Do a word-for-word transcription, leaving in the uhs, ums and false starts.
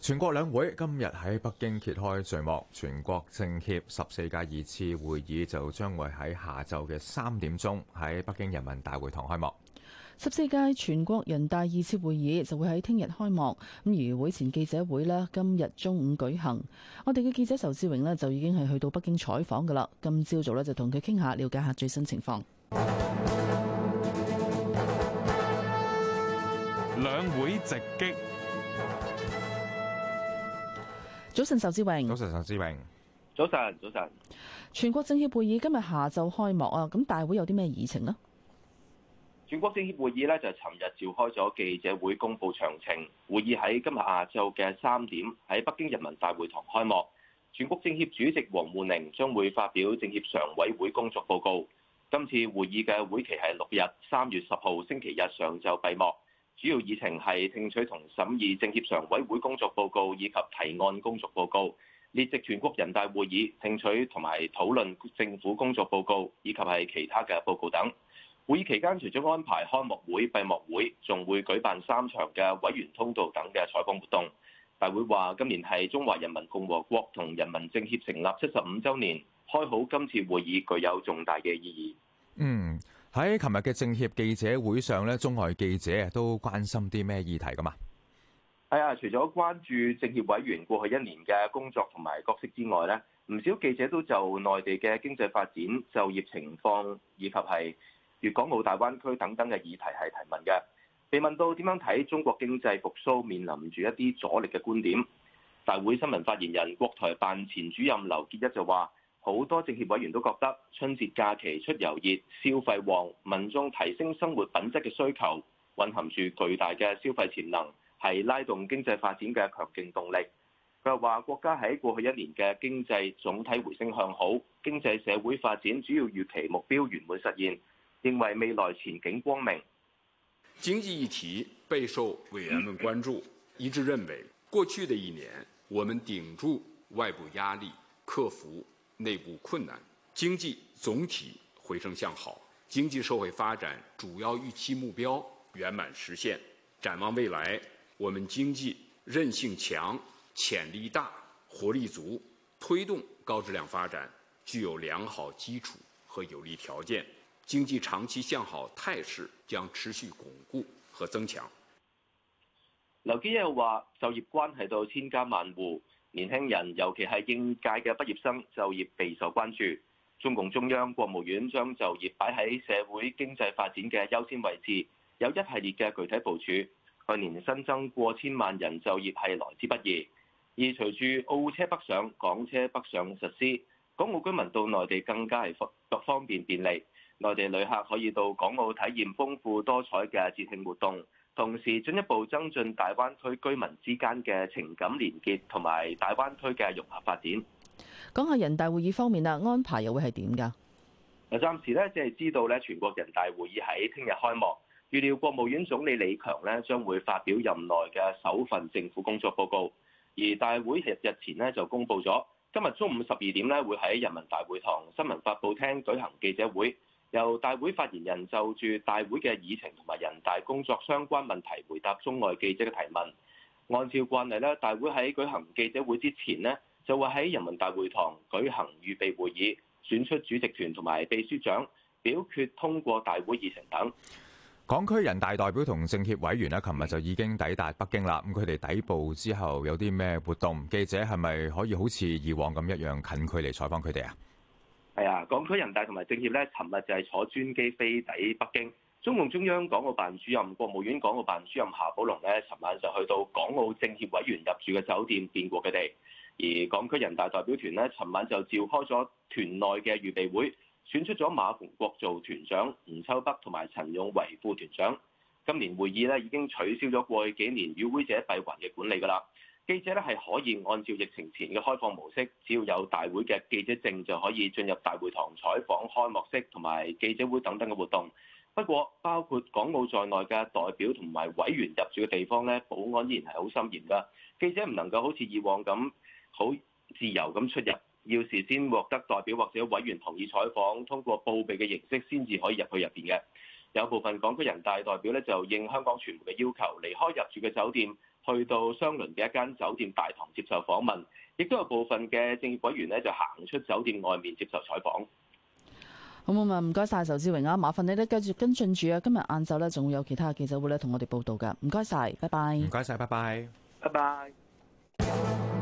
全國兩會今日喺北京揭開序幕，全國政協十四屆二次會議就將會喺下晝嘅三點鐘喺北京人民大會堂開幕。 十四屆全國人大二次會議就會喺聽日開幕，咁而會前記者會呢，今日中午舉行。我哋嘅記者仇志榮呢，就已經係去到北京採訪㗎喇，今朝早呢，就同佢傾下，了解下最新情況。 兩會直擊。 早晨，仇志榮。 早晨，仇志榮。 早晨，早晨。 全國政協會議今日下晝開幕啊，咁大會有啲咩議程呢？ 全國政協會議咧就尋日召開咗記者會，公佈詳情。會議喺今日下晝嘅三點喺北京人民大會堂開幕。全國政協主席王滬寧將會發表政協常委會工作報告。今次會議嘅會期係六日，三月十號星期日上晝閉幕。主要議程係聽取同審議政協常委會工作報告以及提案工作報告，列席全國人大會議聽取同埋討論政府工作報告以及係其他嘅報告等。會議期間，除咗安排開幕會、閉幕會，仲會舉辦三場嘅委員通道等嘅採訪活動。大會話今年係中華人民共和國同人民政協成立七十五週年，開好今次會議具有重大嘅意義。 嗯。喺琴日嘅政協記者會上咧，中外記者都關心啲咩議題噶嘛？ 係啊，除咗關注政協委員過去一年嘅工作同埋角色之外咧，唔少記者都就內地嘅經濟發展、就業情況以及係粵港澳大灣區等等嘅議題係提問嘅。被問到點樣睇中國經濟復甦面臨住一啲阻力嘅觀點，大會新聞發言人國台辦前主任劉結一就話：好多政協委員都覺得春節假期出遊熱、消費旺，民眾提升生活品質嘅需求，蘊含住巨大嘅消費潛能，係拉動經濟發展嘅強勁動力。佢又話國家喺過去一年嘅經濟總體回升向好，經濟社會發展主要預期目標圓滿實現，認為未來前景光明。 經濟議題備受委員們關注，一致認為過去的一年，我們頂住外部壓力，克服內部困難，經濟總體回升向好，經濟社會發展主要預期目標圓滿實現。展望未來，我們經濟韌性強、潛力大、活力足，推動高質量發展具有良好基礎和有利條件，經濟長期向好態勢將持續鞏固和增強。 劉基又話：就業關係到千家萬戶。年輕人，尤其係應屆嘅畢業生就業備受關注。中共中央、國務院將就業擺喺社會經濟發展嘅優先位置，有一系列嘅具體部署。去年新增過千萬人就業係來之不易。而隨住澳車北上、港車北上實施，港澳居民到內地更加係各方便便利。內地旅客可以到港澳體驗豐富多彩嘅節慶活動。同時進一步增進大灣區居民之間嘅情感連結同埋大灣區嘅融合發展。 講下人大會議方面啦，安排又會係點㗎？ 嗱，暫時咧即係知道咧，全國人大會議喺聽日開幕，預料國務院總理李強咧將會發表任內嘅首份政府工作報告。而大會日日前咧就公布咗，今日中午十二點咧會喺人民大會堂新聞發佈廳舉行記者會。由大會發言人就住大會嘅議程同埋人大工作相關問題回答中外記者嘅提問。按照慣例咧，大會喺舉行記者會之前呢，就會喺人民大會堂舉行預備會議，選出主席團同埋秘書長，表決通過大會議程等。 港區人大代表同政協委員呢，琴日就已經抵達北京啦。咁佢哋抵埗之後有啲咩活動？記者係咪可以好似以往咁一樣近距離採訪佢哋啊？ 係啊，港區人大同埋政協咧，尋日就係坐專機飛抵北京。中共中央港澳辦主任、國務院港澳辦主任夏寶龍咧，尋晚就去到港澳政協委員入住嘅酒店見過佢哋。而港區人大代表團咧，尋晚就召開咗團內嘅預備會，選出咗馬逢國做團長，吳秋北同埋陳勇為副團長。今年會議咧已經取消咗過去幾年與會者閉環嘅管理㗎啦。記者咧係可以按照疫情前嘅開放模式，只要有大會嘅記者證就可以進入大會堂採訪開幕式同埋記者會等等嘅活動。不過，包括港澳在內嘅代表同埋委員入住嘅地方咧，保安依然係好森嚴㗎。記者唔能夠好似以往咁好自由咁出入，要事先獲得代表或者委員同意採訪，通過報備嘅形式先至可以入去入邊嘅。有部分港區人大代表咧就應香港傳媒嘅要求，離開入住嘅酒店， 去到相鄰嘅一間酒店大堂接受訪問，亦都有部分嘅政協委員呢就行出酒店外面接受採訪。 好啊，唔該晒仇志榮啊，麻煩你咧繼續跟進住啊，今日晏晝咧仲會有其他嘅記者會咧同我哋報道㗎，唔該晒，拜拜。 唔該晒，拜拜。 拜拜。